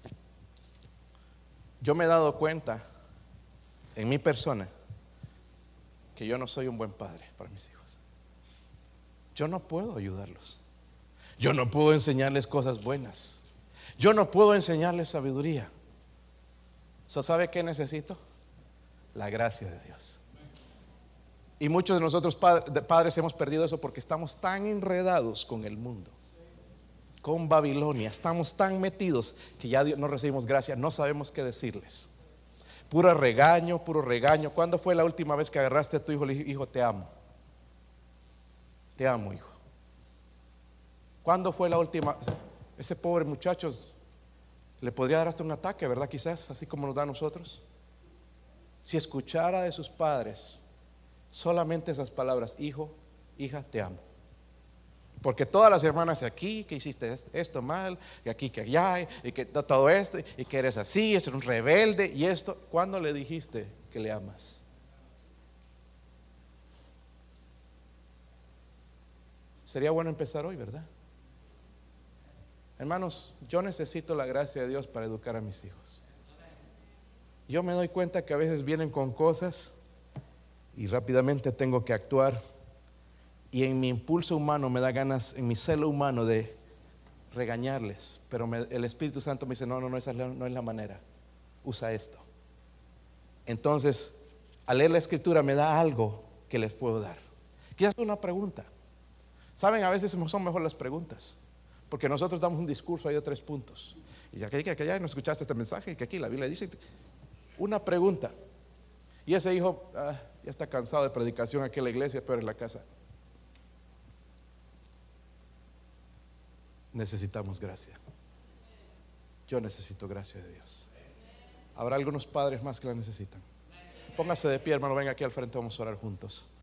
Yo me he dado cuenta en mi persona que yo no soy un buen padre para mis hijos. Yo no puedo ayudarlos. Yo no puedo enseñarles cosas buenas. Yo no puedo enseñarles sabiduría. ¿Sabe qué necesito? La gracia de Dios. Y muchos de nosotros padres hemos perdido eso porque estamos tan enredados con el mundo, con Babilonia. Estamos tan metidos que ya no recibimos gracia, no sabemos qué decirles. Puro regaño, puro regaño. ¿Cuándo fue la última vez que agarraste a tu hijo y le dijiste: hijo, te amo? Te amo, hijo. ¿Cuándo fue la última? Ese pobre muchacho le podría dar hasta un ataque, ¿verdad? Quizás, así como nos da a nosotros. Si escuchara de sus padres solamente esas palabras: hijo, hija, te amo. Porque todas las hermanas aquí, que hiciste esto mal, y aquí, que allá, y que todo esto, y que eres así, es un rebelde, y esto. ¿Cuándo le dijiste que le amas? Sería bueno empezar hoy, ¿verdad? Hermanos, yo necesito la gracia de Dios para educar a mis hijos. Yo me doy cuenta que a veces vienen con cosas y rápidamente tengo que actuar, y en mi impulso humano me da ganas, en mi celo humano, de regañarles, pero el Espíritu Santo me dice: no, esa no es la manera, usa esto. Entonces, al leer la Escritura me da algo que les puedo dar. Quizás una pregunta. Saben, a veces son mejor las preguntas, porque nosotros damos un discurso ahí de 3 puntos, y que ya no escuchaste este mensaje, y que aquí la Biblia dice. Una pregunta, y ese hijo ya está cansado de predicación aquí en la iglesia, pero en la casa. Necesitamos gracia. Yo necesito gracia de Dios. Habrá algunos padres más que la necesitan. Póngase de pie, hermano, venga aquí al frente, vamos a orar juntos.